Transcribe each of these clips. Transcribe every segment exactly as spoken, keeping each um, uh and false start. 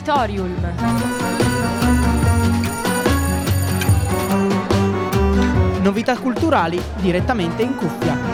Auditorium. Novità culturali direttamente in cuffia.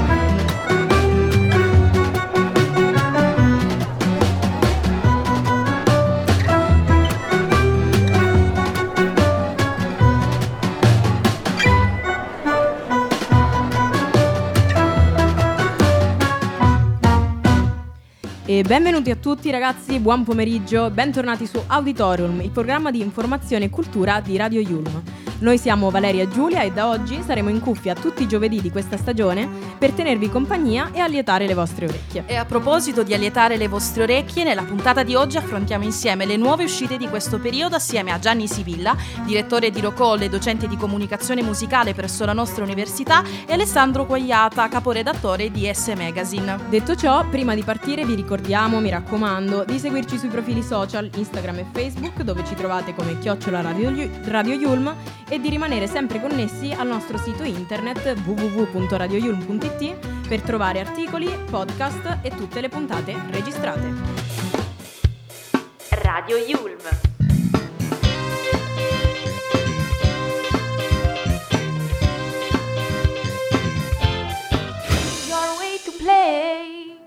E benvenuti a tutti ragazzi, buon pomeriggio, bentornati su Auditorium, il programma di informazione e cultura di Radio Yulm. Noi siamo Valeria e Giulia e da oggi saremo in cuffia tutti i giovedì di questa stagione per tenervi compagnia e allietare le vostre orecchie. E a proposito di allietare le vostre orecchie, nella puntata di oggi affrontiamo insieme le nuove uscite di questo periodo assieme a Gianni Sivilla, direttore di Rocolle e docente di comunicazione musicale presso la nostra università, e Alessandro Quagliata, caporedattore di S Magazine. Detto ciò, prima di partire vi ricordiamo, mi raccomando, di seguirci sui profili social Instagram e Facebook, dove ci trovate come chiocciola Radio, Radio Yulm, e di rimanere sempre connessi al nostro sito internet w w w punto radio yulm punto i t per trovare articoli, podcast e tutte le puntate registrate. Radio Yulm. Your way to play.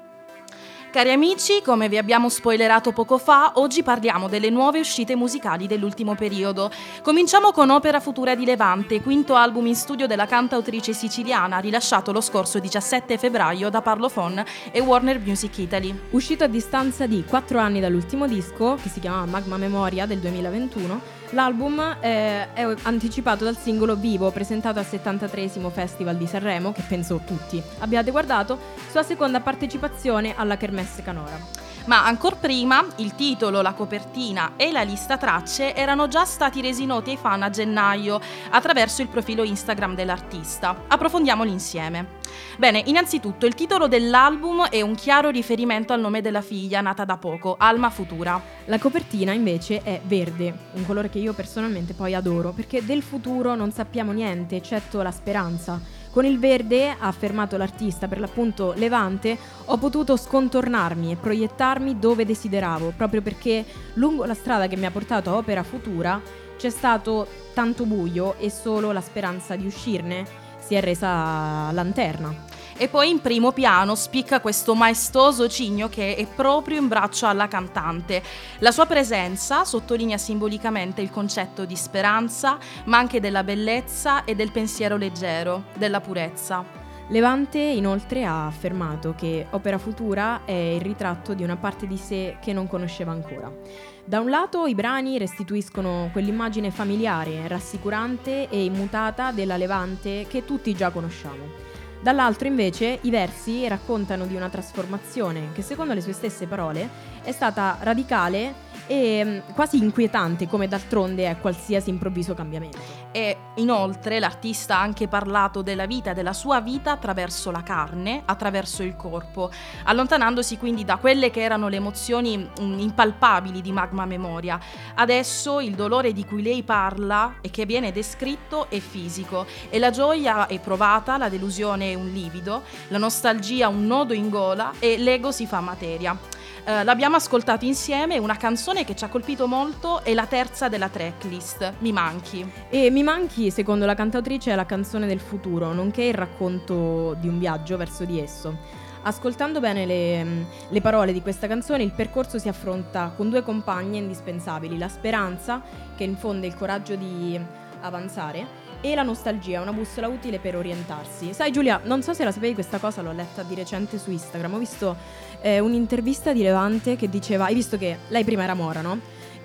Cari amici, come vi abbiamo spoilerato poco fa, oggi parliamo delle nuove uscite musicali dell'ultimo periodo. Cominciamo con Opera Futura di Levante, quinto album in studio della cantautrice siciliana, rilasciato lo scorso diciassette febbraio da Parlophone e Warner Music Italy. Uscito a distanza di quattro anni dall'ultimo disco, che si chiama Magma Memoria del duemilaventuno, l'album eh, è anticipato dal singolo Vivo, presentato al settantatreesimo Festival di Sanremo, che penso tutti abbiate guardato, sua seconda partecipazione alla Kermesse Canora. Ma ancor prima, il titolo, la copertina e la lista tracce erano già stati resi noti ai fan a gennaio attraverso il profilo Instagram dell'artista. Approfondiamoli insieme. Bene, innanzitutto il titolo dell'album è un chiaro riferimento al nome della figlia nata da poco, Alma Futura. La copertina invece è verde, un colore che io personalmente poi adoro, perché del futuro non sappiamo niente eccetto la speranza. Con il verde, ha affermato l'artista, per l'appunto Levante, ho potuto scontornarmi e proiettarmi dove desideravo, proprio perché lungo la strada che mi ha portato a Opera Futura c'è stato tanto buio e solo la speranza di uscirne si è resa lanterna. E poi in primo piano spicca questo maestoso cigno che è proprio in braccio alla cantante. La sua presenza sottolinea simbolicamente il concetto di speranza, ma anche della bellezza e del pensiero leggero, della purezza. Levante inoltre ha affermato che Opera Futura è il ritratto di una parte di sé che non conosceva ancora. Da un lato i brani restituiscono quell'immagine familiare, rassicurante e immutata della Levante che tutti già conosciamo. Dall'altro invece i versi raccontano di una trasformazione che secondo le sue stesse parole è stata radicale e quasi inquietante, come d'altronde è qualsiasi improvviso cambiamento. E inoltre l'artista ha anche parlato della vita, della sua vita attraverso la carne, attraverso il corpo, allontanandosi quindi da quelle che erano le emozioni mh, impalpabili di Magma Memoria. Adesso il dolore di cui lei parla e che viene descritto è fisico, e la gioia è provata, la delusione è un livido, la nostalgia un nodo in gola e l'ego si fa materia. Uh, l'abbiamo ascoltato insieme, una canzone che ci ha colpito molto è la terza della tracklist, Mi manchi. E Mi manchi, secondo la cantautrice, è la canzone del futuro, nonché il racconto di un viaggio verso di esso. Ascoltando bene le, le parole di questa canzone, il percorso si affronta con due compagne indispensabili, la speranza, che infonde il coraggio di avanzare, e la nostalgia, una bussola utile per orientarsi. Sai Giulia, non so se la sapevi questa cosa, l'ho letta di recente su Instagram, ho visto eh, un'intervista di Levante che diceva, hai visto che lei prima era mora, no?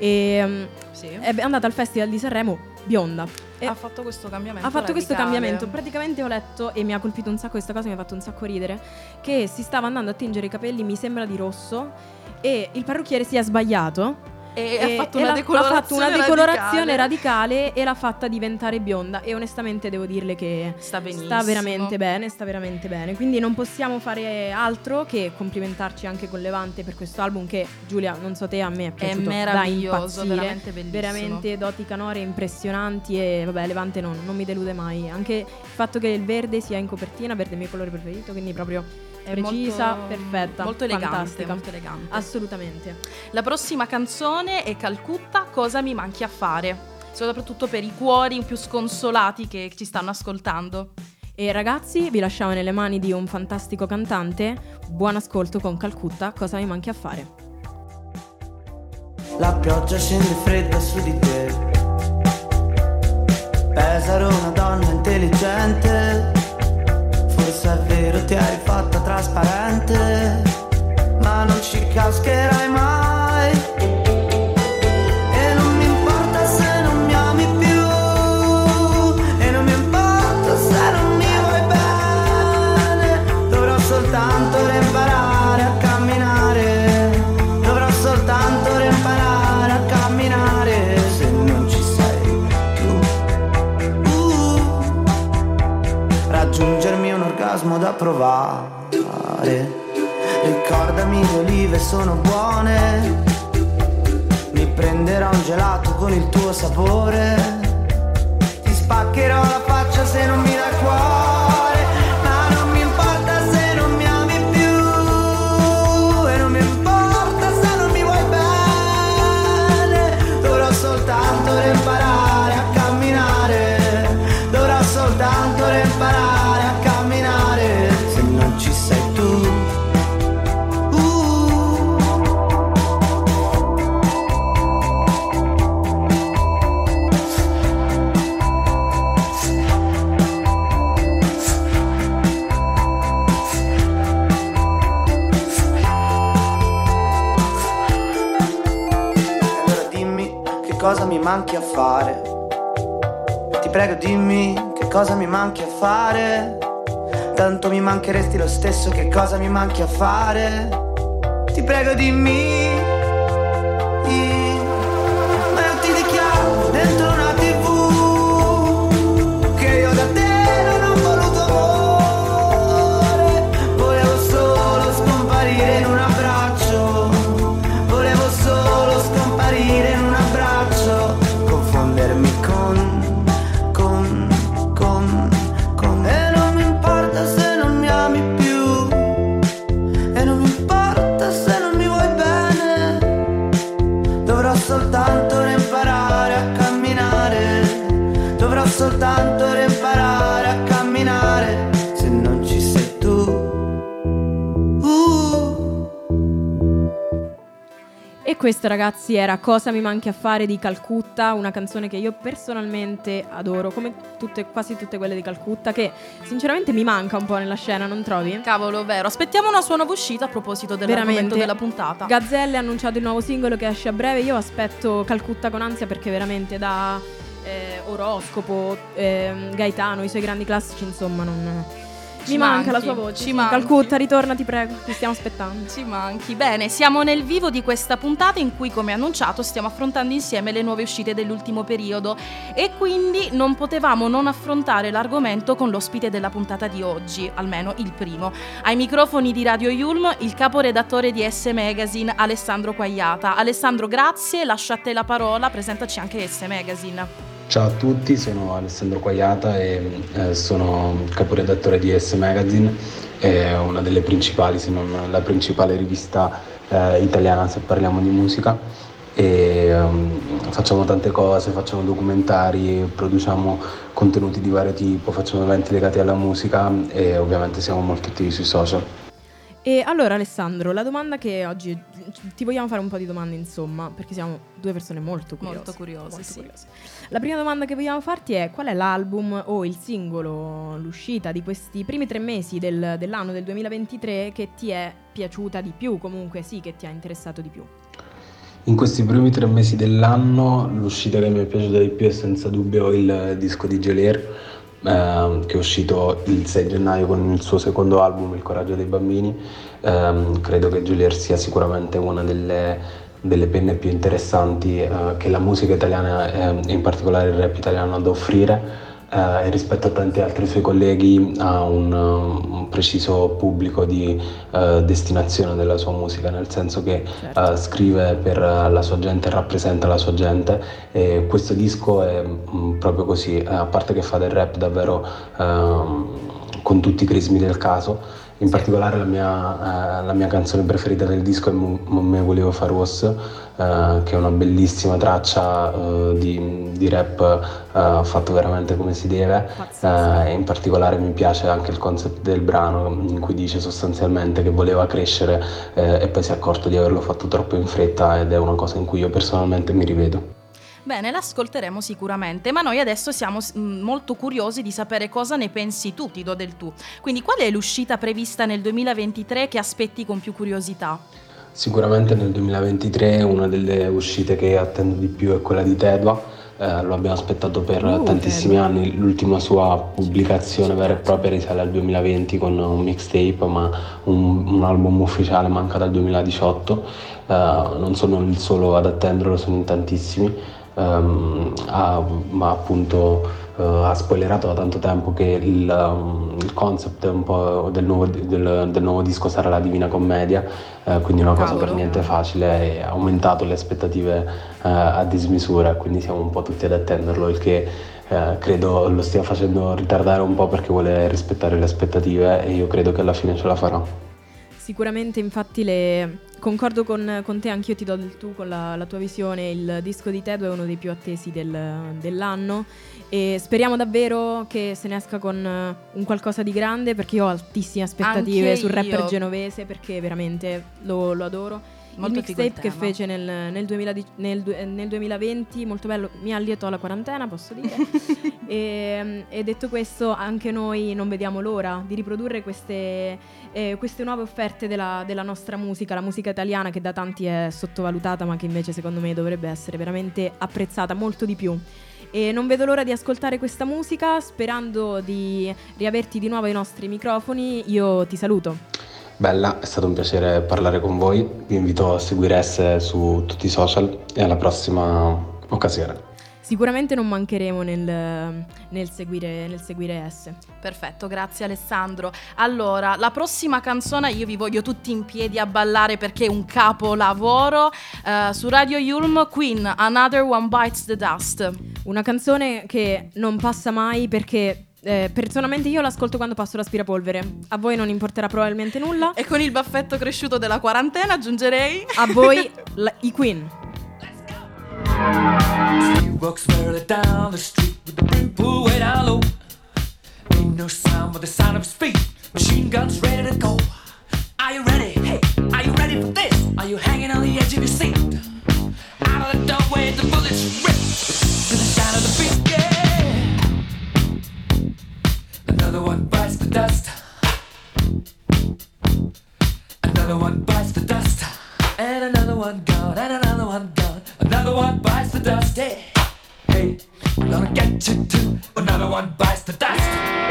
E um, sì. È andata al Festival di Sanremo bionda. E ha fatto questo cambiamento Ha fatto radicale. questo cambiamento, praticamente ho letto e mi ha colpito un sacco questa cosa, mi ha fatto un sacco ridere, che si stava andando a tingere i capelli, mi sembra di rosso, e il parrucchiere si è sbagliato. E, e ha fatto e una la, decolorazione, ha fatto una decolorazione radicale. radicale e l'ha fatta diventare bionda, e onestamente devo dirle che sta benissimo, sta veramente bene, sta veramente bene. Quindi non possiamo fare altro che complimentarci anche con Levante per questo album che, Giulia, non so te, a me è piaciuto è meraviglioso, da impazzire, veramente bellissimo, veramente doti canore impressionanti, e vabbè, Levante non, non mi delude mai. Anche il fatto che il verde sia in copertina, verde è il mio colore preferito, quindi proprio è precisa, molto, perfetta, molto elegante, fantastica, molto elegante. Assolutamente. La prossima canzone canzone è Calcutta, Cosa mi manchi a fare, soprattutto per i cuori più sconsolati che ci stanno ascoltando. E ragazzi, vi lasciamo nelle mani di un fantastico cantante. Buon ascolto con Calcutta, Cosa mi manchi a fare. La pioggia scende fredda su di te, Pesaro una donna intelligente, forse è vero ti hai fatta trasparente, ma non ci cascherai mai. E non mi importa se non mi ami più, e non mi importa se non mi vuoi bene, dovrò soltanto imparare a camminare, dovrò soltanto imparare a camminare se non ci sei tu. Uh, raggiungermi un orgasmo da provare. Ricordami le olive sono buone, mi prenderò un gelato con il tuo sapore, ti spaccherò la faccia se non mi dai cuore, ma non mi importa se non mi ami più, e non mi importa se non mi vuoi bene, dovrò soltanto imparare a camminare, dovrò soltanto imparare a camminare se non ci sei tu. Cosa mi manchi a fare? Ti prego dimmi che cosa mi manchi a fare. Tanto mi mancheresti lo stesso, che cosa mi manchi a fare? Ti prego dimmi. Ma io ti dichiaro dentro una tivù che io da te non ho voluto amore, volevo solo scomparire in un abbraccio, volevo solo scomparire in un abbraccio, confondermi con, con, con, con. E non mi importa se non mi ami più, e non mi importa se non mi vuoi bene, dovrò soltanto imparare a camminare, dovrò soltanto imparare a camminare se non ci sei tu. E questo, ragazzi, era Cosa mi manchi a fare di Calcutta, una canzone che io personalmente adoro, come tutte, quasi tutte quelle di Calcutta, che sinceramente mi manca un po' nella scena, non trovi? Cavolo, vero. Aspettiamo una sua nuova uscita a proposito dell'argomento della puntata. Gazzelle ha annunciato il nuovo singolo che esce a breve. Io aspetto Calcutta con ansia, perché veramente da eh, Oroscopo, eh, Gaetano, i suoi grandi classici, insomma, non... Ci mi manca manchi, la sua voce. ci Sì, manchi. Calcutta, ritorna, ti prego, ti stiamo aspettando. Ci manchi. Bene, siamo nel vivo di questa puntata in cui, come annunciato, stiamo affrontando insieme le nuove uscite dell'ultimo periodo, e quindi non potevamo non affrontare l'argomento con l'ospite della puntata di oggi, almeno il primo. Ai microfoni di Radio Yulm, il caporedattore di S Magazine, Alessandro Quagliata. Alessandro, grazie, lascio a te la parola, presentaci anche S Magazine. Ciao a tutti, sono Alessandro Quagliata e eh, sono caporedattore di S Magazine, è una delle principali, se non la principale rivista eh, italiana se parliamo di musica, e um, facciamo tante cose, facciamo documentari, produciamo contenuti di vario tipo, facciamo eventi legati alla musica e ovviamente siamo molto attivi sui social. E allora, Alessandro, la domanda che oggi ti vogliamo fare un po' di domande, insomma, perché siamo due persone molto curiose. Molto curiose, molto sì. curiose. La prima domanda che vogliamo farti è: qual è l'album o il singolo, l'uscita di questi primi tre mesi del, dell'anno del duemilaventitré che ti è piaciuta di più, comunque sì, che ti ha interessato di più? In questi primi tre mesi dell'anno l'uscita che mi è piaciuta di più è senza dubbio il disco di Geolier, eh, che è uscito il sei gennaio con il suo secondo album, Il coraggio dei bambini. Eh, credo che Geolier sia sicuramente una delle, delle penne più interessanti eh, che la musica italiana e eh, in particolare il rap italiano ha da offrire. Uh, e rispetto a tanti altri suoi colleghi ha un, uh, un preciso pubblico di uh, destinazione della sua musica, nel senso che certo. uh, scrive per uh, la sua gente, rappresenta la sua gente, e questo disco è um, proprio così, uh, a parte che fa del rap davvero uh, con tutti i crismi del caso, In particolare la mia, eh, la mia canzone preferita del disco è Mo me volevo far Ross, eh, che è una bellissima traccia eh, di, di rap eh, fatto veramente come si deve, eh, e in particolare mi piace anche il concept del brano in cui dice sostanzialmente che voleva crescere eh, e poi si è accorto di averlo fatto troppo in fretta, ed è una cosa in cui io personalmente mi rivedo. Bene, l'ascolteremo sicuramente, ma noi adesso siamo mh, molto curiosi di sapere cosa ne pensi tu, ti do del tu. Quindi qual è l'uscita prevista nel duemilaventitré che aspetti con più curiosità? Sicuramente nel duemilaventitré una delle uscite che attendo di più è quella di Tedua. Eh, lo abbiamo aspettato per Uh, tantissimi Tedua. anni, l'ultima sua pubblicazione vera e propria risale al duemilaventi con un mixtape, ma un, un album ufficiale manca dal duemiladiciotto. Eh, non sono il solo ad attenderlo, sono in tantissimi. Um, ha, ma appunto uh, ha spoilerato da tanto tempo che il, um, il concept un po' del nuovo, del, del nuovo disco sarà la Divina Commedia, uh, quindi una cosa Cavolo. per niente facile, e ha aumentato le aspettative uh, a dismisura, quindi siamo un po' tutti ad attenderlo, il che uh, credo lo stia facendo ritardare un po' perché vuole rispettare le aspettative, e io credo che alla fine ce la farà. Sicuramente, infatti, le... concordo con, con te, anch'io ti do del tu con la, la tua visione. Il disco di Tedua è uno dei più attesi del, dell'anno e speriamo davvero che se ne esca con un qualcosa di grande, perché io ho altissime aspettative Anche sul rapper io. genovese, perché veramente lo, lo adoro. Molto Il figo il mixtape che tema. fece nel, nel, duemila, nel, du- nel duemilaventi, molto bello, mi allietò alla quarantena, posso dire. e, e detto questo, anche noi non vediamo l'ora di riprodurre queste, eh, queste nuove offerte della, della nostra musica, la musica italiana, che da tanti è sottovalutata, ma che invece secondo me dovrebbe essere veramente apprezzata molto di più. E non vedo l'ora di ascoltare questa musica, sperando di riaverti di nuovo ai nostri microfoni. Io ti saluto. Bella, è stato un piacere parlare con voi, vi invito a seguire S su tutti i social e alla prossima occasione. Sicuramente non mancheremo nel, nel, seguire, nel seguire S. Perfetto, grazie Alessandro. Allora, la prossima canzone io vi voglio tutti in piedi a ballare perché è un capolavoro. Uh, su Radio Yulm, Queen, Another One Bites the Dust. Una canzone che non passa mai perché eh, personalmente io l'ascolto quando passo l'aspirapolvere. A voi non importerà probabilmente nulla. E con il baffetto cresciuto della quarantena aggiungerei A voi la, i Queen. He walks slowly down the street with the brim pulled way down low. Ain't no sound but the sound of his feet. Machine guns ready to go. Are you ready? Hey, are you ready for this? Are you hanging on the edge of your seat? Out of the doorway, the bullets rip to the sound of the beat. Yeah. Another one bites the dust. Another one bites the dust. And another one gone. And another one gone. Another one bites the dust. Hey, hey, I'm gonna get you too. Another one bites the dust.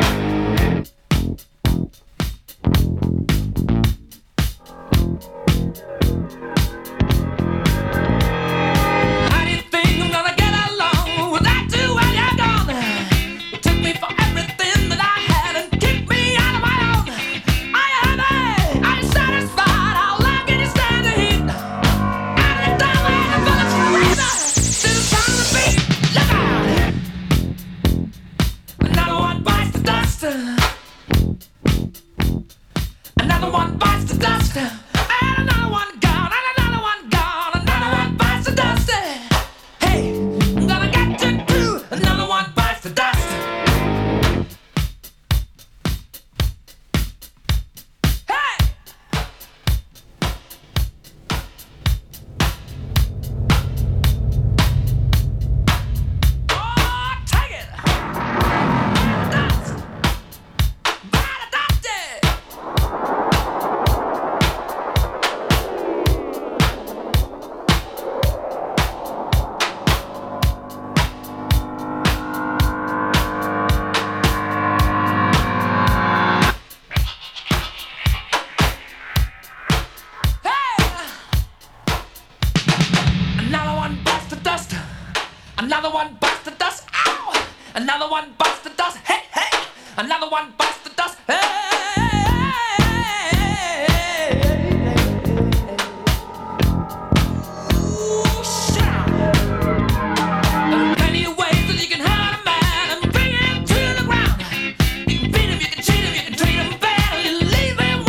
How do you think I'm gonna get along without you when you're gone? You took me for everything that I had and kicked me out of my own. Are you happy? Are you satisfied? How long can you stand the heat? Out of the doorway, the bullets razor to the sound of the beat. Look out! Another one bites the dust. Another one bites the dust. And another one gone. And another one gone. Another one bites the dust. Hey, I'm gonna get you too. Another one bites the dust. Hey! Oh, take it! Dust! By the dust, yeah! Hey! Another one bites the dust. Another one bites the dust. Ow! Another one bites the dust. Hey, hey! Another one bites the dust. Hey! Ooh, shit! There are plenty of ways that you can hurt a man and bring him to the ground. You can beat him, you can cheat him, you can treat him bad, or you leave him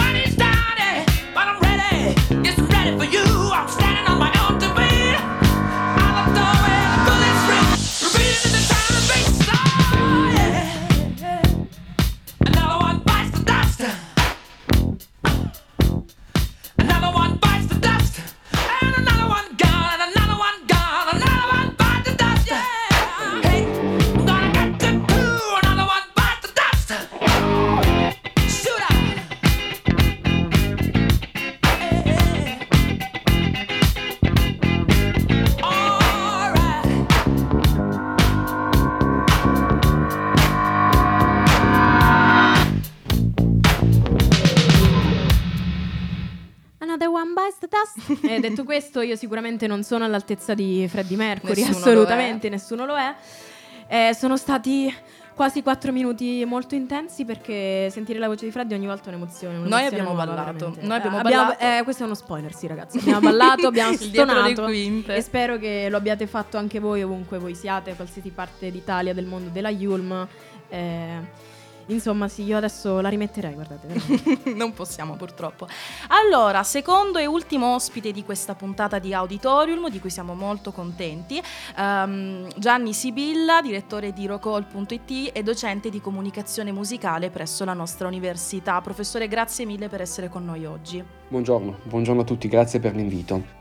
one bites the dust. E detto questo, io sicuramente non sono all'altezza di Freddie Mercury, Nessuno assolutamente, nessuno lo è. Eh, sono stati quasi quattro minuti molto intensi, perché sentire la voce di Freddie ogni volta è un'emozione. un'emozione Noi abbiamo nuova, ballato, veramente. noi abbiamo Eh, abbiamo- ballato. eh, questo è uno spoiler, sì ragazzi. Abbiamo ballato, abbiamo Il dietro le stonato. quinte. E spero che lo abbiate fatto anche voi, ovunque voi siate, qualsiasi parte d'Italia, del mondo della Yulm. Eh, insomma, sì, io adesso la rimetterei, guardate. veramente. Non possiamo purtroppo. Allora, secondo e ultimo ospite di questa puntata di Auditorium, di cui siamo molto contenti, ehm, Gianni Sibilla, direttore di rockall punto it e docente di comunicazione musicale presso la nostra università. Professore, grazie mille per essere con noi oggi. Buongiorno, buongiorno a tutti, grazie per l'invito.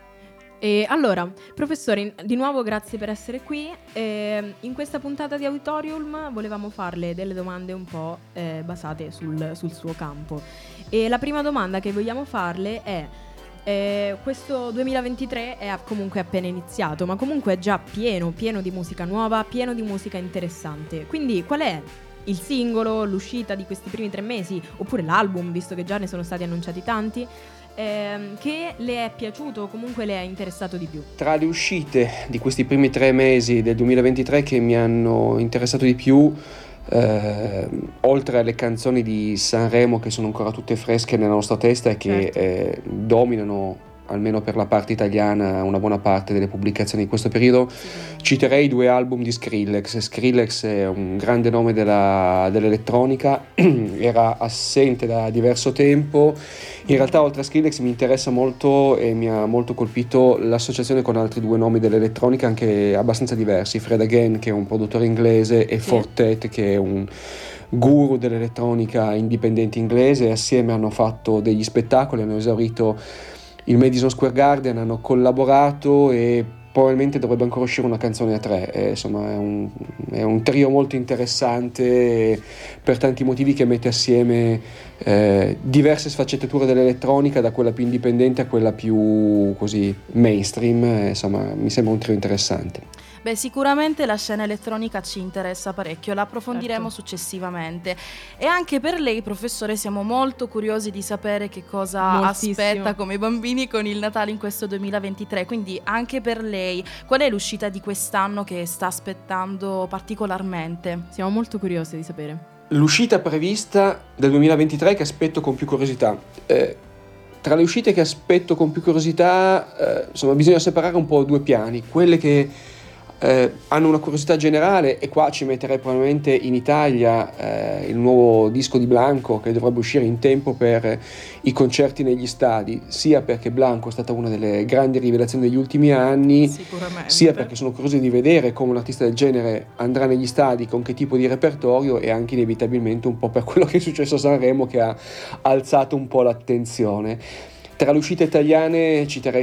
E allora, professore, di nuovo grazie per essere qui. E in questa puntata di Auditorium volevamo farle delle domande un po' eh, basate sul, sul suo campo. E la prima domanda che vogliamo farle è: eh, questo duemilaventitré è comunque appena iniziato, ma comunque è già pieno, pieno di musica nuova, pieno di musica interessante. Quindi qual è il singolo, l'uscita di questi primi tre mesi, oppure l'album, visto che già ne sono stati annunciati tanti, ehm, che le è piaciuto o comunque le è interessato di più? Tra le uscite di questi primi tre mesi del duemilaventitré che mi hanno interessato di più, eh, oltre alle canzoni di Sanremo che sono ancora tutte fresche nella nostra testa e che Certo. eh, dominano, almeno per la parte italiana, una buona parte delle pubblicazioni di questo periodo, citerei due album di Skrillex. Skrillex è un grande nome della, dell'elettronica, era assente da diverso tempo. In realtà, oltre a Skrillex, mi interessa molto e mi ha molto colpito l'associazione con altri due nomi dell'elettronica anche abbastanza diversi: Fred Again, che è un produttore inglese, e Sì. Fortet, che è un guru dell'elettronica indipendente inglese. Assieme hanno fatto degli spettacoli, hanno esaurito il Madison Square Garden, hanno collaborato e probabilmente dovrebbe ancora uscire una canzone a tre. Eh, insomma, è un, è un trio molto interessante per tanti motivi, che mette assieme eh, diverse sfaccettature dell'elettronica, da quella più indipendente a quella più così mainstream. Eh, insomma, mi sembra un trio interessante. Beh, sicuramente la scena elettronica ci interessa parecchio, la approfondiremo Certo. successivamente. E anche per lei, professore, siamo molto curiosi di sapere che cosa Moltissimo. aspetta come bambini con il Natale in questo duemilaventitré. Quindi anche per lei, qual è l'uscita di quest'anno che sta aspettando particolarmente? Siamo molto curiosi di sapere. L'uscita prevista del duemilaventitré che aspetto con più curiosità. Eh, tra le uscite che aspetto con più curiosità, eh, insomma, bisogna separare un po' due piani. Quelle che eh, hanno una curiosità generale, e qua ci metterei probabilmente in Italia eh, il nuovo disco di Blanco, che dovrebbe uscire in tempo per i concerti negli stadi, sia perché Blanco è stata una delle grandi rivelazioni degli ultimi anni, Sicuramente. sia perché sono curioso di vedere come un artista del genere andrà negli stadi, con che tipo di repertorio, e anche inevitabilmente un po' per quello che è successo a Sanremo, che ha alzato un po' l'attenzione. Tra le uscite italiane citerei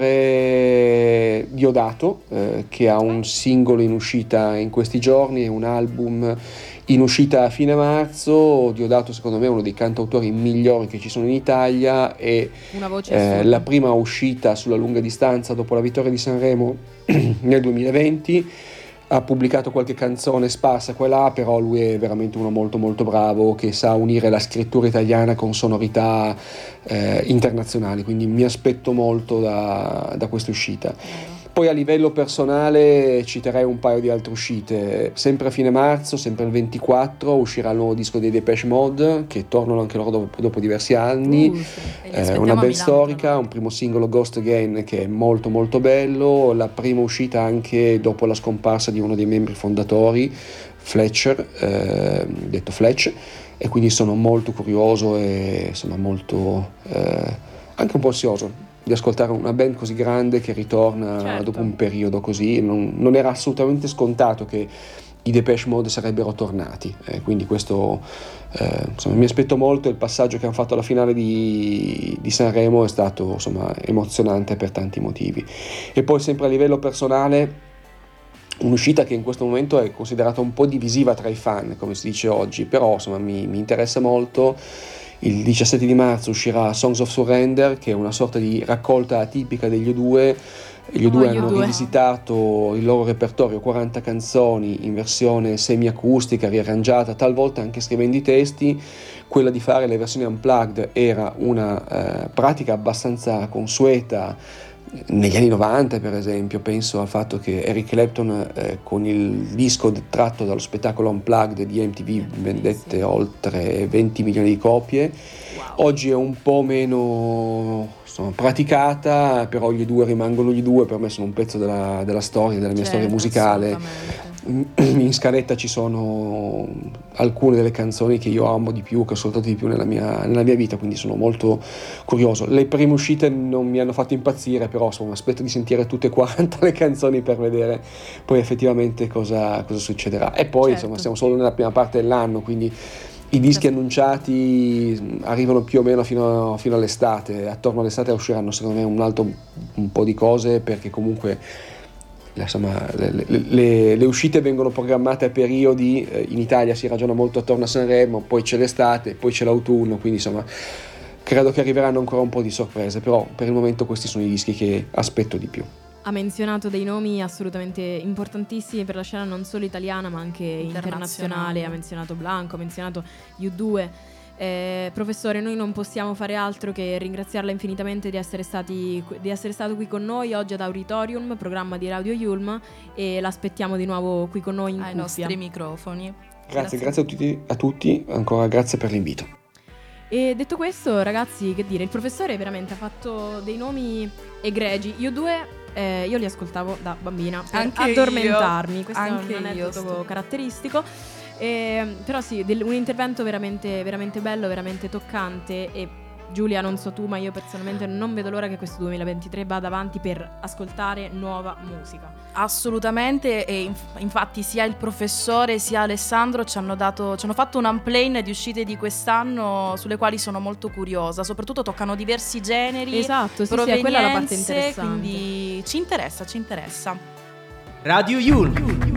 sempre Diodato, eh, che ha un singolo in uscita in questi giorni e un album in uscita a fine marzo. Diodato, secondo me, è uno dei cantautori migliori che ci sono in Italia, e Una voce eh, assurda. la prima uscita sulla lunga distanza dopo la vittoria di Sanremo nel duemilaventi. Ha pubblicato qualche canzone sparsa qua e là, però lui è veramente uno molto molto bravo, che sa unire la scrittura italiana con sonorità eh, internazionali, quindi mi aspetto molto da, da questa uscita. Poi a livello personale citerei un paio di altre uscite. Sempre a fine marzo, sempre il ventiquattro, uscirà il nuovo disco dei Depeche Mode, che tornano anche loro dopo, dopo diversi anni. Uh, sì. E li Eh, aspettiamo una a band Milano, storica, tra un primo singolo, Ghost Again, che è molto molto bello, la prima uscita anche dopo la scomparsa di uno dei membri fondatori, Fletcher, eh, detto Fletch, e quindi sono molto curioso e insomma molto eh, anche un po' ansioso di ascoltare una band così grande che ritorna Certo. dopo un periodo così. Non, non era assolutamente scontato che i Depeche Mode sarebbero tornati, eh, quindi questo eh, insomma, mi aspetto molto. Il passaggio che hanno fatto alla finale di, di Sanremo è stato insomma emozionante per tanti motivi. E poi sempre a livello personale, un'uscita che in questo momento è considerata un po' divisiva tra i fan, come si dice oggi, però insomma mi, mi interessa molto. Il diciassette di marzo uscirà Songs of Surrender, che è una sorta di raccolta atipica degli U due, Gli U due Oh, gli U hanno due. rivisitato il loro repertorio, quaranta canzoni in versione semiacustica, riarrangiata, talvolta anche scrivendo i testi. Quella di fare le versioni unplugged era una eh, pratica abbastanza consueta negli anni novanta, per esempio. Penso al fatto che Eric Clapton eh, con il disco tratto dallo spettacolo Unplugged di M T V vendette oltre venti milioni di copie. Oggi è un po' meno insomma, praticata, però gli U due rimangono gli U due, per me sono un pezzo della, della storia, della mia Certo, storia musicale. assolutamente. In scaletta ci sono alcune delle canzoni che io amo di più, che ho ascoltato di più nella mia, nella mia vita, quindi sono molto curioso. Le prime uscite non mi hanno fatto impazzire, però insomma aspetto di sentire tutte e quaranta le canzoni per vedere poi effettivamente cosa, cosa succederà. E poi Certo. insomma siamo solo nella prima parte dell'anno, quindi i dischi annunciati arrivano più o meno fino, a, fino all'estate. Attorno all'estate usciranno secondo me un altro un po' di cose, perché comunque insomma, le, le, le, le uscite vengono programmate a periodi. eh, in Italia si ragiona molto attorno a Sanremo, poi c'è l'estate, poi c'è l'autunno, quindi insomma credo che arriveranno ancora un po' di sorprese, però per il momento questi sono i dischi che aspetto di più. Ha menzionato dei nomi assolutamente importantissimi per la scena non solo italiana ma anche Internazionale. internazionale. Ha menzionato Blanco, ha menzionato U due. Eh, professore, noi non possiamo fare altro che ringraziarla infinitamente di essere, stati, di essere stato qui con noi oggi ad Auditorium, programma di Radio Yulm, e l'aspettiamo di nuovo qui con noi in Ai cuffia. nostri microfoni. Grazie, grazie a tutti, a tutti, ancora grazie per l'invito. E detto questo, ragazzi, che dire, il professore veramente ha fatto dei nomi egregi. Io due eh, io li ascoltavo da bambina per Anche addormentarmi, io. questo Anche è un io aneddoto sto- caratteristico. Eh, però sì, del- un intervento veramente, veramente bello, veramente toccante. E Giulia, non so tu, ma io personalmente non vedo l'ora che questo duemilaventitré vada avanti per ascoltare nuova musica. Assolutamente, e inf- infatti sia il professore sia Alessandro ci hanno, dato, ci hanno fatto un unplane di uscite di quest'anno sulle quali sono molto curiosa, soprattutto toccano diversi generi, Esatto, sì, sì, è quella la parte provenienze, interessante. quindi ci interessa, ci interessa. Radio Yulm.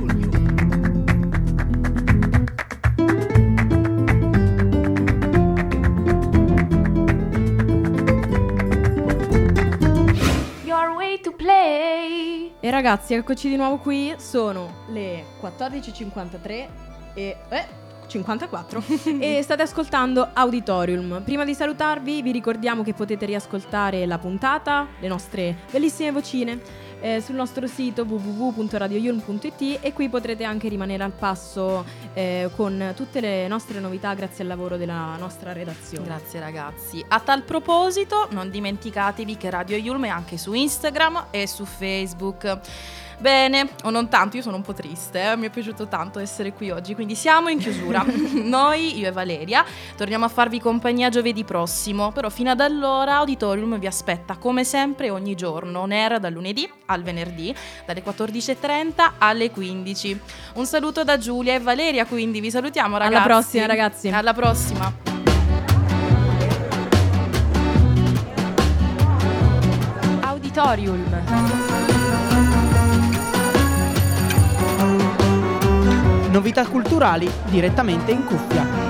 Your way to play. E ragazzi, eccoci di nuovo qui, sono le quattordici e cinquantatré e... Eh, cinquantaquattro e state ascoltando Auditorium. Prima di salutarvi vi ricordiamo che potete riascoltare la puntata, le nostre bellissime vocine eh, sul nostro sito w w w punto radio yulm punto i t, e qui potrete anche rimanere al passo eh, con tutte le nostre novità grazie al lavoro della nostra redazione. Grazie ragazzi. A tal proposito, non dimenticatevi che Radio Yulm è anche su Instagram e su Facebook. Bene, o non tanto, io sono un po' triste, eh? Mi è piaciuto tanto essere qui oggi, quindi siamo in chiusura. Noi, io e Valeria, torniamo a farvi compagnia giovedì prossimo, però fino ad allora Auditorium vi aspetta come sempre ogni giorno, on air dal lunedì al venerdì, dalle quattordici e trenta alle quindici. Un saluto da Giulia e Valeria, quindi vi salutiamo ragazzi. Alla prossima, ragazzi. Alla prossima. Auditorium. Novità culturali direttamente in cuffia.